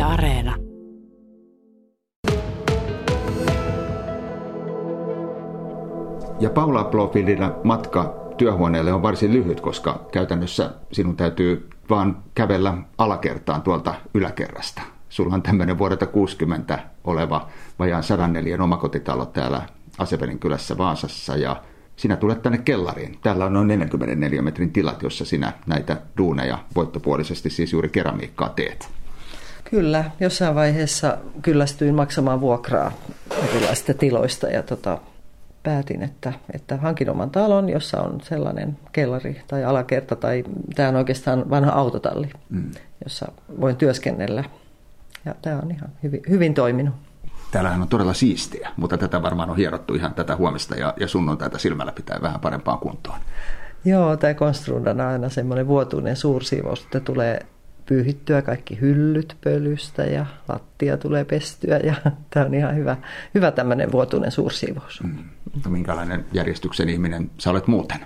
Areena. Ja Paula Blofieldilla matka työhuoneelle on varsin lyhyt, koska käytännössä sinun täytyy vaan kävellä alakertaan tuolta yläkerrasta. Sulla on tämmöinen vuodelta 60 oleva vajaan 104 omakotitalo täällä Asevelin kylässä Vaasassa ja sinä tulet tänne kellariin. Täällä on noin 44 metrin tilat, jossa sinä näitä duuneja voittopuolisesti siis juuri keramiikkaa teet. Kyllä, jossain vaiheessa kyllästyin maksamaan vuokraa erilaisista tiloista ja päätin, että hankin oman talon, jossa on sellainen kellari tai alakerta tai tämä on oikeastaan vanha autotalli, jossa voin työskennellä. Ja tämä on ihan hyvin toiminut. Täällähän on todella siistiä, mutta tätä varmaan on hierottu ihan tätä huomista ja sunnuntaita silmällä pitää vähän parempaan kuntoon. Joo, tämä Konstruudan on aina semmoinen vuotuinen suursiivous, että tulee pyyhittyä kaikki hyllyt pölystä ja lattia tulee pestyä ja tämä on ihan hyvä tämmöinen vuotuinen suursiivous. No, minkälainen järjestyksen ihminen sä olet muuten?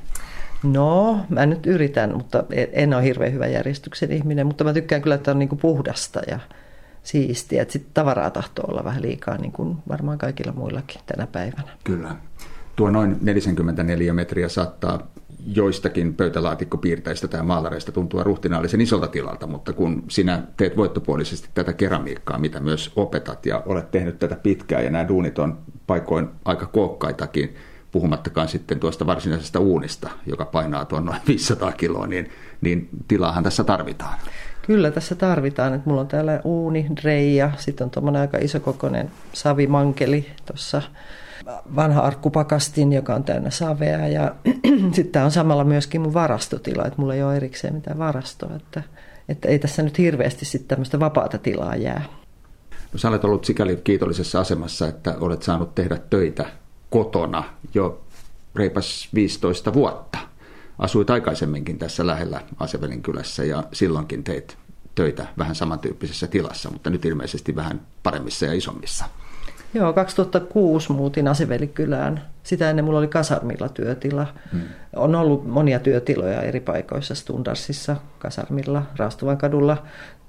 No, mä nyt yritän, mutta en ole hirveän hyvä järjestyksen ihminen, mutta mä tykkään kyllä, että on niin kuin puhdasta ja siistiä. Sitten tavaraa tahtoo olla vähän liikaa, niin kuin varmaan kaikilla muillakin tänä päivänä. Kyllä. Tuo noin 44 metriä saattaa joistakin pöytälaatikkopiirtäistä tai maalareista tuntua ruhtinaallisen isolta tilalta, mutta kun sinä teet voittopuolisesti tätä keramiikkaa, mitä myös opetat ja olet tehnyt tätä pitkään ja nämä duunit on paikoin aika kookkaitakin, puhumattakaan sitten tuosta varsinaisesta uunista, joka painaa tuon noin 500 kiloa, niin tilaahan tässä tarvitaan. Kyllä tässä tarvitaan, että mulla on täällä uuni, dreija, sitten on tuommoinen aika isokokoinen savimankeli tuossa, vanha arkkupakastin, joka on täynnä savea ja sitten tämä on samalla myöskin mun varastotila, että mulla ei ole erikseen mitään varastoa, että ei tässä nyt hirveästi sitten tämmöistä vapaata tilaa jää. No, sä olet ollut sikäli kiitollisessa asemassa, että olet saanut tehdä töitä kotona jo reipas 15 vuotta. Asuit aikaisemminkin tässä lähellä Asevelin kylässä ja silloinkin teit töitä vähän samantyyppisessä tilassa, mutta nyt ilmeisesti vähän paremmissa ja isommissa. Joo, 2006 muutin Asevelikylään. Sitä ennen mulla oli kasarmilla työtila. On ollut monia työtiloja eri paikoissa, Stundarsissa, kasarmilla, Raastuvan kadulla.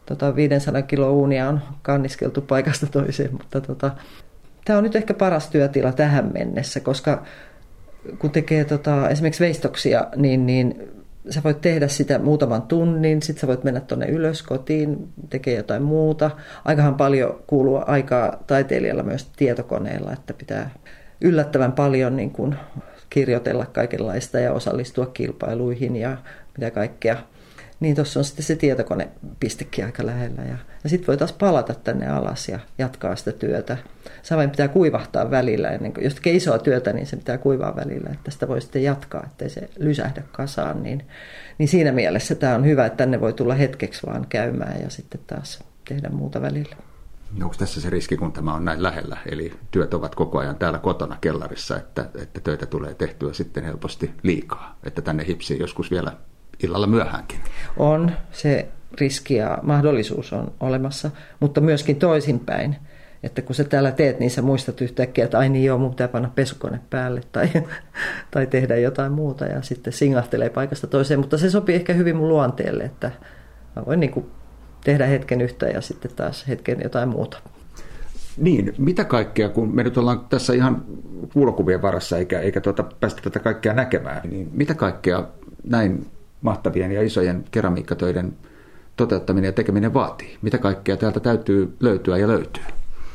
500 kiloa uunia on kanniskeltu paikasta toiseen, mutta tämä on nyt ehkä paras työtila tähän mennessä, koska kun tekee esimerkiksi veistoksia, niin sä voit tehdä sitä muutaman tunnin, sitten sä voit mennä tuonne ylös kotiin, tekee jotain muuta. Aikahan paljon kuuluu aikaa taiteilijalla myös tietokoneella, että pitää yllättävän paljon niin kuin kirjoitella kaikenlaista ja osallistua kilpailuihin ja mitä kaikkea. Niin tuossa on sitten se tietokonepistekin aika lähellä ja sitten voi taas palata tänne alas ja jatkaa sitä työtä. Savain pitää kuivahtaa välillä, ennen kuin jos tekee isoa työtä, niin se pitää kuivaa välillä, että sitä voi sitten jatkaa, ettei se lysähdä kasaan. Niin siinä mielessä tämä on hyvä, että tänne voi tulla hetkeksi vaan käymään ja sitten taas tehdä muuta välillä. Onko tässä se riski, kun tämä on näin lähellä, eli työt ovat koko ajan täällä kotona kellarissa, että töitä tulee tehtyä sitten helposti liikaa, että tänne hipsii joskus vielä illalla myöhäänkin? On, se riski ja mahdollisuus on olemassa, mutta myöskin toisinpäin. Että kun sä täällä teet, niin sä muistat yhtäkkiä, että ai niin joo, mun pitää panna pesukone päälle tai tehdä jotain muuta ja sitten singahtelee paikasta toiseen. Mutta se sopii ehkä hyvin mun luonteelle, että mä voin niin kuin tehdä hetken yhtä ja sitten taas hetken jotain muuta. Niin, mitä kaikkea, kun me nyt ollaan tässä ihan kuulokuvien varassa eikä päästä tätä kaikkea näkemään, niin mitä kaikkea näin mahtavien ja isojen keramiikkatöiden toteuttaminen ja tekeminen vaatii? Mitä kaikkea täältä täytyy löytyä ja löytyy?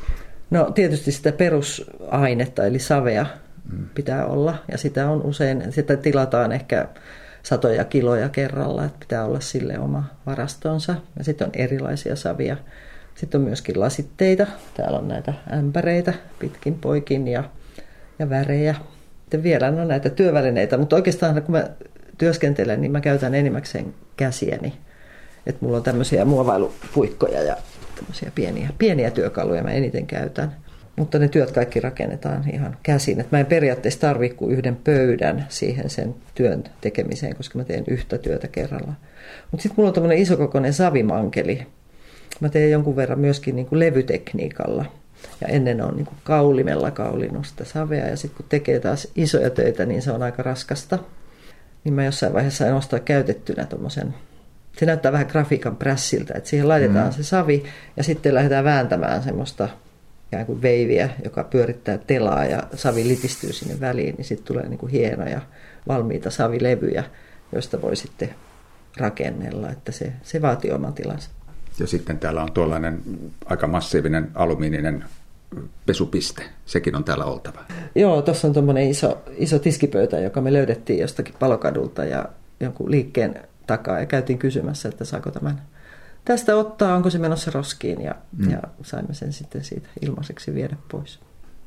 No tietysti sitä perusainetta eli savea pitää olla ja sitä on usein, sitä tilataan ehkä satoja kiloja kerralla, että pitää olla sille oma varastonsa ja sitten on erilaisia savia. Sitten on myöskin lasitteita, täällä on näitä ämpäreitä pitkin poikin ja värejä. Sitten vielä on näitä työvälineitä, mutta oikeastaan kun mä työskentelen, niin mä käytän enimmäkseen käsiäni. Että mulla on tämmöisiä muovailupuikkoja ja tämmöisiä pieniä työkaluja mä eniten käytän. Mutta ne työt kaikki rakennetaan ihan käsin. Et mä en periaatteessa tarvitse kuin yhden pöydän siihen sen työn tekemiseen, koska mä teen yhtä työtä kerralla. Mutta sitten mulla on tämmöinen isokokoinen savimankeli. Mä teen jonkun verran myöskin niin kuin levytekniikalla. Ja ennen on niin kuin kaulimella kaulinut sitä savea. Ja sitten kun tekee taas isoja töitä, niin se on aika raskasta. Niin mä jossain vaiheessa en ostaa käytettynä tommosen se näyttää vähän grafiikan prässiltä, että siihen laitetaan se savi ja sitten lähdetään vääntämään semmoista ikään kuin veiviä, joka pyörittää telaa ja savi litistyy sinne väliin, niin sitten tulee niin kuin hienoja valmiita savilevyjä, joista voi sitten rakennella, että se vaatii oman tilansa. Ja sitten täällä on tuollainen aika massiivinen alumiininen pesupiste. Sekin on täällä oltava. Joo, tuossa on tuommoinen iso tiskipöytä, joka me löydettiin jostakin Palokadulta ja jonkun liikkeen takaa. Ja käytiin kysymässä, että saako tämän tästä ottaa, onko se menossa roskiin. Ja saimme sen sitten siitä ilmaiseksi viedä pois.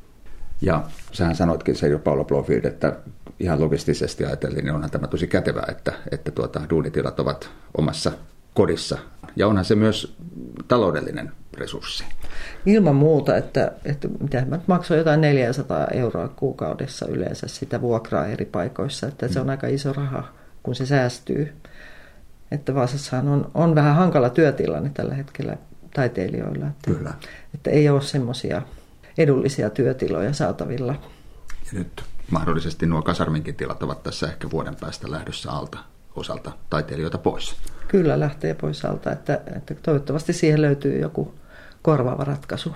Ja sähän sanoitkin se jo, Paula Blofield, että ihan logistisesti ajatellen, niin onhan tämä tosi kätevää, että duunitilat ovat omassa kodissa. Ja onhan se myös taloudellinen resurssi. Ilman muuta, että mitä mä maksoin jotain 400 € kuukaudessa yleensä sitä vuokraa eri paikoissa, että se on aika iso raha, kun se säästyy. Että Vaasassahan on vähän hankala työtilanne tällä hetkellä taiteilijoilla, että ei ole semmoisia edullisia työtiloja saatavilla. Ja nyt mahdollisesti nuo Kasarminkin tilat ovat tässä ehkä vuoden päästä lähdössä alta osalta taiteilijoita pois. Kyllä lähtee pois alta, että toivottavasti siihen löytyy joku korvaava ratkaisu.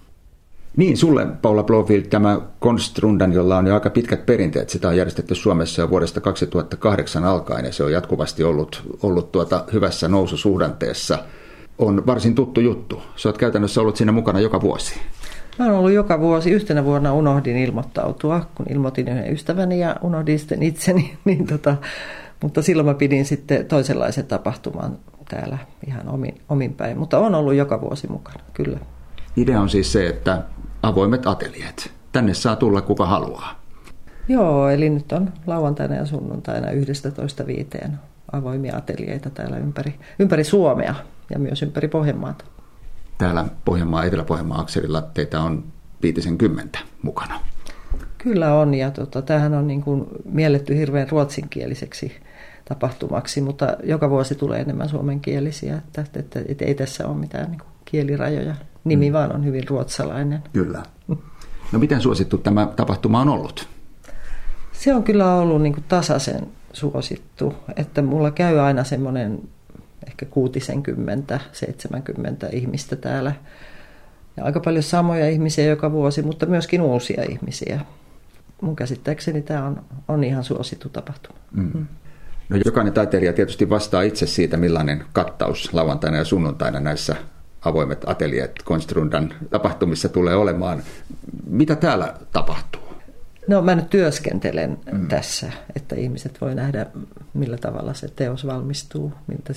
Niin, sulle Paula Blofield tämä Konstrundan, jolla on jo aika pitkät perinteet, sitä on järjestetty Suomessa jo vuodesta 2008 alkaen ja se on jatkuvasti ollut hyvässä noususuhdanteessa, on varsin tuttu juttu. Sä oot käytännössä ollut siinä mukana joka vuosi. Mä oon ollut joka vuosi. Yhtenä vuonna unohdin ilmoittautua, kun ilmoitin yhden ystäväni ja unohdin sitten itseni. Mutta silloin mä pidin sitten toisenlaisen tapahtuman täällä ihan omin päin. Mutta on ollut joka vuosi mukana, kyllä. Idea on siis se, että avoimet ateljeet. Tänne saa tulla kuka haluaa. Joo, eli nyt on lauantaina ja sunnuntaina 11.5 avoimia ateljeita täällä ympäri Suomea ja myös ympäri Pohjanmaata. Täällä Etelä-Pohjanmaan akselilla teitä on 50 mukana. Kyllä on, ja tämähän on niin kuin mielletty hirveän ruotsinkieliseksi tapahtumaksi, mutta joka vuosi tulee enemmän suomenkielisiä, että ei tässä ole mitään niin kuin kielirajoja. Nimi vaan on hyvin ruotsalainen. Kyllä. No miten suosittu tämä tapahtuma on ollut? Se on kyllä ollut niin kuin tasaisen suosittu, että mulla käy aina semmoinen ehkä 60-70 ihmistä täällä. Ja aika paljon samoja ihmisiä joka vuosi, mutta myöskin uusia ihmisiä. Mun käsittääkseni tämä on ihan suosittu tapahtuma. No, jokainen taiteilija tietysti vastaa itse siitä, millainen kattaus lauantaina ja sunnuntaina näissä avoimet ateljeet Konstrundan tapahtumissa tulee olemaan. Mitä täällä tapahtuu? No mä nyt työskentelen tässä, että ihmiset voi nähdä, millä tavalla se teos valmistuu,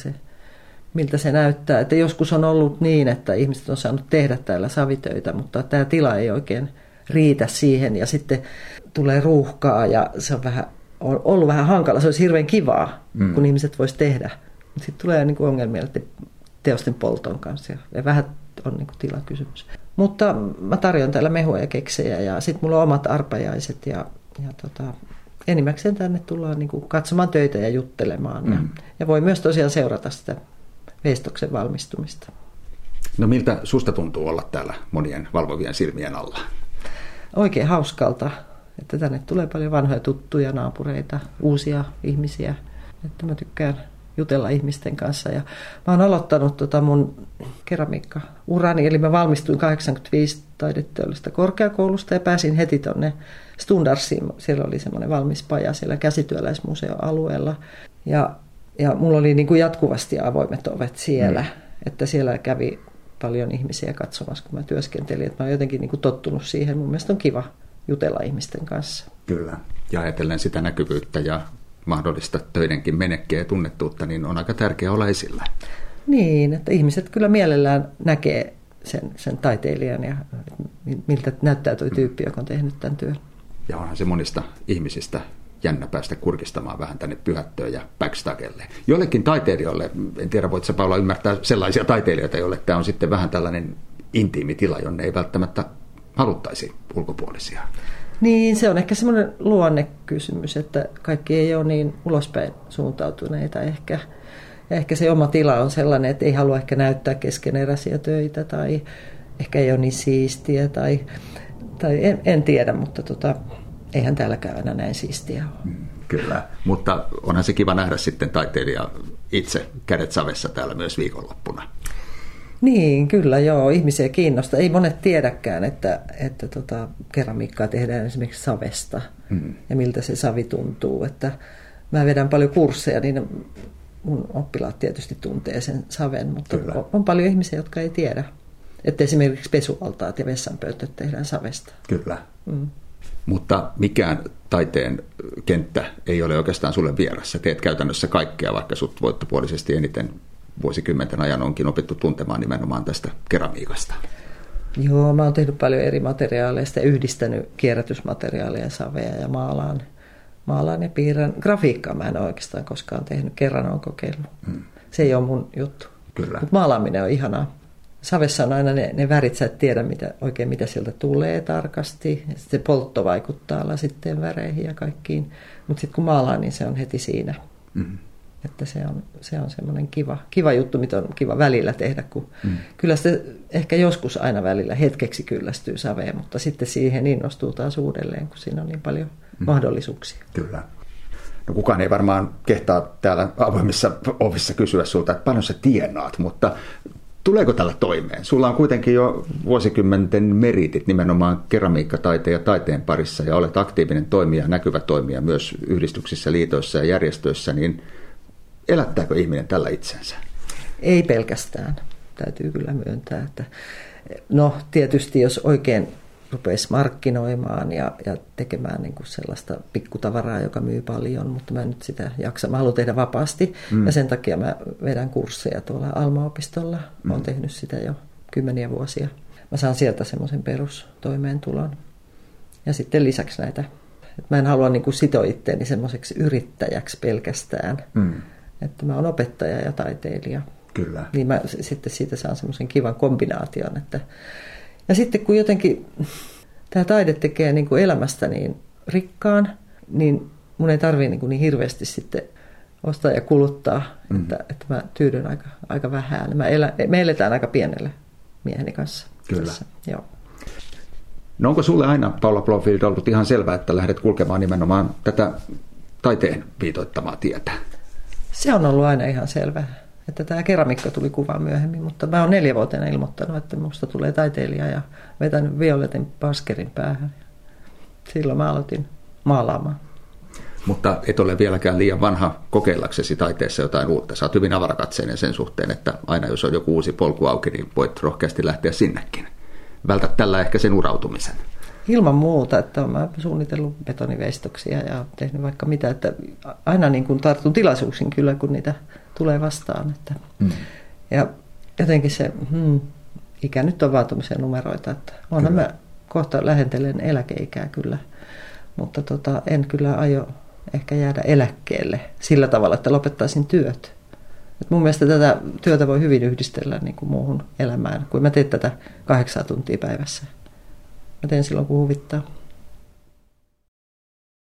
miltä se näyttää. Että joskus on ollut niin, että ihmiset on saanut tehdä täällä savitöitä, mutta tämä tila ei oikein riitä siihen ja sitten tulee ruuhkaa ja se on ollut vähän hankala. Se olisi hirveän kivaa, kun ihmiset vois tehdä. Sitten tulee niin kuin ongelmia teosten polton kanssa ja vähän on niin kuin tilakysymys. Mutta mä tarjon täällä mehua ja keksejä ja sitten mulla on omat arpajaiset ja enimmäkseen tänne tullaan niin kuin katsomaan töitä ja juttelemaan. Ja voi myös tosiaan seurata sitä veistoksen valmistumista. No miltä susta tuntuu olla täällä monien valvovien silmien alla? Oikein hauskalta, että tänne tulee paljon vanhoja tuttuja naapureita, uusia ihmisiä. Että mä tykkään jutella ihmisten kanssa. Ja mä oon aloittanut mun keramiikkaurani, eli mä valmistuin 85 taideteollisesta korkeakoulusta ja pääsin heti tonne Stundarsiin. Siellä oli semmoinen valmis paja siellä käsityöläismuseoalueella. Ja mulla oli niin kuin jatkuvasti avoimet ovet siellä, että siellä kävi paljon ihmisiä katsomassa, kun mä työskentelin. Että mä oon jotenkin niin kuin tottunut siihen. Mun mielestä on kiva jutella ihmisten kanssa. Kyllä. Ja ajatellen sitä näkyvyyttä ja mahdollista töidenkin menekkiä ja tunnettuutta, niin on aika tärkeää olla esillä. Niin, että ihmiset kyllä mielellään näkee sen taiteilijan ja miltä näyttää tuo tyyppi, joka on tehnyt tämän työn. Ja onhan se monista ihmisistä jännä päästä kurkistamaan vähän tänne Pyhättöön ja Backstagelle. Joillekin taiteilijoille, en tiedä voitko Paula ymmärtää sellaisia taiteilijoita, joille tämä on sitten vähän tällainen intiimi tila, jonne ei välttämättä haluttaisi ulkopuolisia. Niin, se on ehkä semmoinen luonnekysymys, että kaikki ei ole niin ulospäin suuntautuneita ehkä. Ja ehkä se oma tila on sellainen, että ei halua ehkä näyttää keskeneräisiä töitä tai ehkä ei ole niin siistiä tai en tiedä, mutta eihän täälläkään aina näin siistiä ole. Kyllä, mutta onhan se kiva nähdä sitten taiteilija itse kädet savessa täällä myös viikonloppuna. Niin, kyllä joo. Ihmisiä kiinnostaa. Ei monet tiedäkään, että keramiikkaa tehdään esimerkiksi savesta ja miltä se savi tuntuu. Että mä vedän paljon kursseja, niin mun oppilaat tietysti tuntee sen saven, mutta on paljon ihmisiä, jotka ei tiedä, että esimerkiksi pesualtaat ja vessanpöytöt tehdään savesta. Kyllä. Mutta mikään taiteen kenttä ei ole oikeastaan sulle vierassa. Teet käytännössä kaikkea, vaikka sut voittopuolisesti eniten vuosikymmenten ajan onkin opittu tuntemaan nimenomaan tästä keramiikasta. Joo, mä oon tehnyt paljon eri materiaaleista, yhdistänyt kierrätysmateriaaleja, savea ja maalaan ja piirrän. Grafiikkaa mä en ole oikeastaan koskaan tehnyt, kerran olen kokeillut. Se ei ole mun juttu. Kyllä. Mutta maalaaminen on ihanaa. Savessa on aina ne värit, sä et tiedä oikein mitä sieltä tulee tarkasti. Se poltto vaikuttaa lasitteen väreihin ja kaikkiin. Mutta sitten kun maalaa, niin se on heti siinä. Että se on semmoinen kiva juttu, mitä on kiva välillä tehdä. Kun kyllä se ehkä joskus aina välillä hetkeksi kyllästyy saveen, mutta sitten siihen innostuu taas uudelleen, kun siinä on niin paljon mahdollisuuksia. Kyllä. No kukaan ei varmaan kehtaa täällä avoimissa ovissa kysyä sulta, että paljon sä tienaat, mutta tuleeko tällä toimeen? Sulla on kuitenkin jo vuosikymmenten meritit nimenomaan keramiikkataiteen ja taiteen parissa ja olet aktiivinen toimija, näkyvä toimija myös yhdistyksissä, liitoissa ja järjestöissä, niin elättääkö ihminen tällä itsensä? Ei pelkästään, täytyy kyllä myöntää. Että no tietysti jos oikein rupeisi markkinoimaan ja tekemään niin kuin sellaista pikkutavaraa, joka myy paljon, mutta mä en nyt sitä jaksa. Mä haluan tehdä vapaasti ja sen takia mä vedän kursseja tuolla Alma-opistolla. Mä oon tehnyt sitä jo 10 vuosia. Mä saan sieltä semmoisen perustoimeentulon. Ja sitten lisäksi näitä, että mä en halua niin kuin sitoa itteeni semmoiseksi yrittäjäksi pelkästään. Että mä oon opettaja ja taiteilija. Kyllä. Niin mä sitten siitä saan semmoisen kivan kombinaation, että ja sitten kun jotenkin tämä taide tekee niin kuin elämästä niin rikkaan, niin mun ei tarvitse niin hirveästi sitten ostaa ja kuluttaa, että mä tyydyn aika vähän. Me eletään aika pienellä mieheni kanssa. Kyllä. Tässä. Joo. No onko sulle aina, Paula Blofield, ollut ihan selvää, että lähdet kulkemaan nimenomaan tätä taiteen viitoittamaa tietä? Se on ollut aina ihan selvää. Että tämä keramiikka tuli kuvaan myöhemmin, mutta mä oon 4-vuotiaana ilmoittanut, että musta tulee taiteilija ja vetänyt violetin baskerin päähän. Silloin mä aloitin maalaamaan. Mutta et ole vieläkään liian vanha kokeillaksesi taiteessa jotain uutta. Sä oot hyvin avarakatseinen sen suhteen, että aina jos on joku uusi polku auki, niin voit rohkeasti lähteä sinnekin. Vältät tällä ehkä sen urautumisen. Ilman muuta, että olen suunnitellut betoniveistoksia ja tehnyt vaikka mitä, että aina niin kuin tartun tilaisuuksiin kyllä, kun niitä tulee vastaan. Että. Ja jotenkin se ikä nyt on vaan tuommoisia numeroita, että onhan mä kohta lähentelen eläkeikää kyllä, mutta en kyllä aio ehkä jäädä eläkkeelle sillä tavalla, että lopettaisin työt. Et mun mielestä tätä työtä voi hyvin yhdistellä niin kuin muuhun elämään, kun mä teen tätä 8 tuntia päivässä. Mä teen silloin, kun huvittaa.